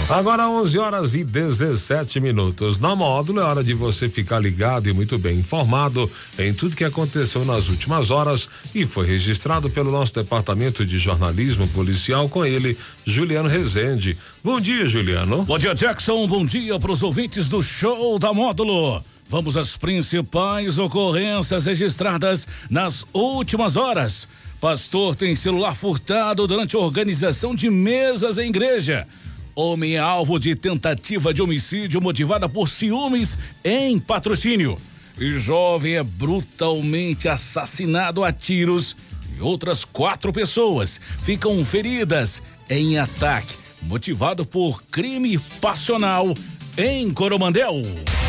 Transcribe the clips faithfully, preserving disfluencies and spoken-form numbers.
Agora onze horas e dezessete minutos. Na Módulo é hora de você ficar ligado e muito bem informado em tudo que aconteceu nas últimas horas e foi registrado pelo nosso departamento de jornalismo policial, com ele, Juliano Rezende. Bom dia, Juliano. Bom dia, Jackson. Bom dia para os ouvintes do show da Módulo. Vamos às principais ocorrências registradas nas últimas horas. Pastor tem celular furtado durante a organização de mesas em igreja. Homem é alvo de tentativa de homicídio motivada por ciúmes em Patrocínio. E jovem é brutalmente assassinado a tiros e outras quatro pessoas ficam feridas em ataque motivado por crime passional em Coromandel.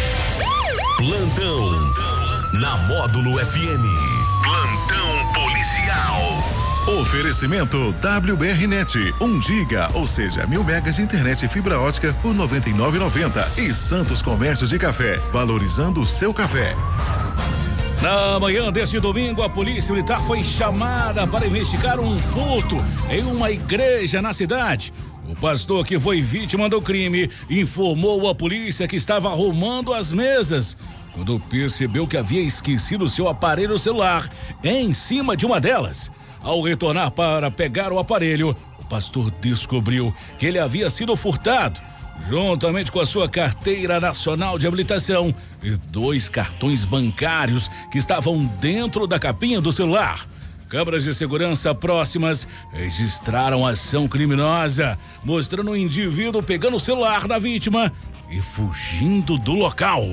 Plantão na Módulo F M. Plantão policial. Oferecimento W B R Net, um giga, ou seja, mil megas de internet e fibra ótica por noventa e nove reais e noventa centavos. E Santos Comércio de Café, valorizando o seu café. Na manhã deste domingo, a polícia militar foi chamada para investigar um furto em uma igreja na cidade. O pastor, que foi vítima do crime, informou à polícia que estava arrumando as mesas quando percebeu que havia esquecido seu aparelho celular em cima de uma delas. Ao retornar para pegar o aparelho, o pastor descobriu que ele havia sido furtado, juntamente com a sua carteira nacional de habilitação e dois cartões bancários que estavam dentro da capinha do celular. Câmeras de segurança próximas registraram a ação criminosa, mostrando o indivíduo pegando o celular da vítima e fugindo do local.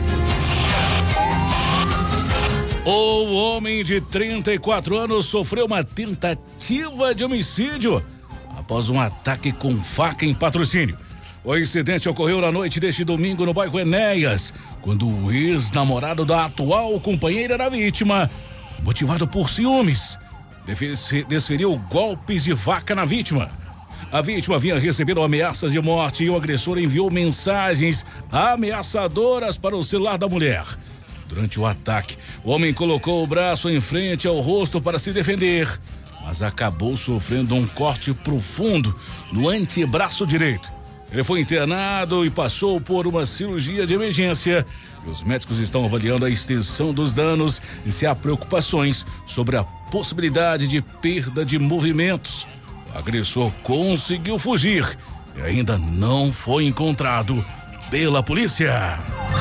O homem de trinta e quatro anos sofreu uma tentativa de homicídio após um ataque com faca em Patrocínio. O incidente ocorreu na noite deste domingo no bairro Enéas, quando o ex-namorado da atual companheira da vítima, motivado por ciúmes, desferiu golpes de faca na vítima. A vítima havia recebido ameaças de morte e o agressor enviou mensagens ameaçadoras para o celular da mulher. Durante o ataque, o homem colocou o braço em frente ao rosto para se defender, mas acabou sofrendo um corte profundo no antebraço direito. Ele foi internado e passou por uma cirurgia de emergência. E os médicos estão avaliando a extensão dos danos e se há preocupações sobre a possibilidade de perda de movimentos. O agressor conseguiu fugir e ainda não foi encontrado pela polícia.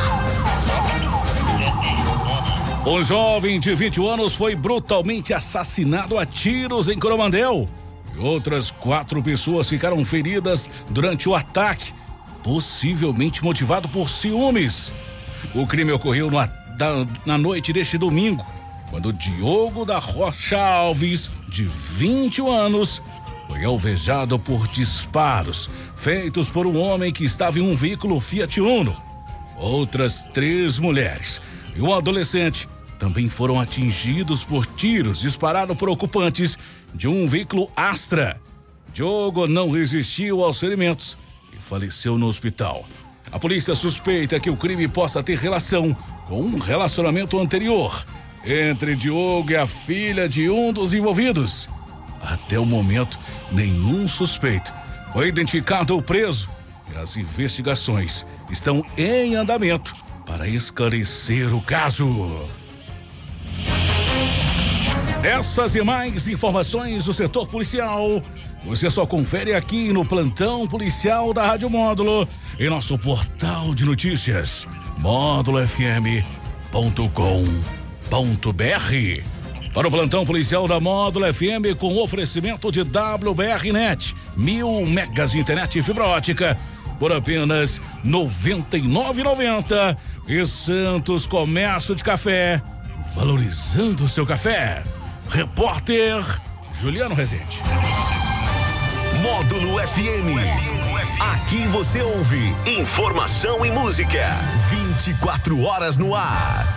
Um jovem de vinte anos foi brutalmente assassinado a tiros em Coromandel. E outras quatro pessoas ficaram feridas durante o ataque, possivelmente motivado por ciúmes. O crime ocorreu na, da, na noite deste domingo, quando Diogo da Rocha Alves, de vinte e um anos, foi alvejado por disparos feitos por um homem que estava em um veículo Fiat Uno. Outras três mulheres e um adolescente também foram atingidos por tiros disparados por ocupantes de um veículo Astra. Diogo não resistiu aos ferimentos e faleceu no hospital. A polícia suspeita que o crime possa ter relação com um relacionamento anterior entre Diogo e a filha de um dos envolvidos. Até o momento, nenhum suspeito foi identificado ou preso e as investigações estão em andamento para esclarecer o caso. Essas e mais informações do setor policial você só confere aqui no Plantão Policial da Rádio Módulo, em nosso portal de notícias, módulo f m ponto com ponto b r. Para o Plantão Policial da Módulo F M, com oferecimento de W B R Net, mil megas de internet e fibra ótica, por apenas noventa e nove reais e noventa centavos. E Santos Comércio de Café, valorizando o seu café. Repórter Juliano Rezende. Módulo F M. Aqui você ouve informação e música. vinte e quatro horas no ar.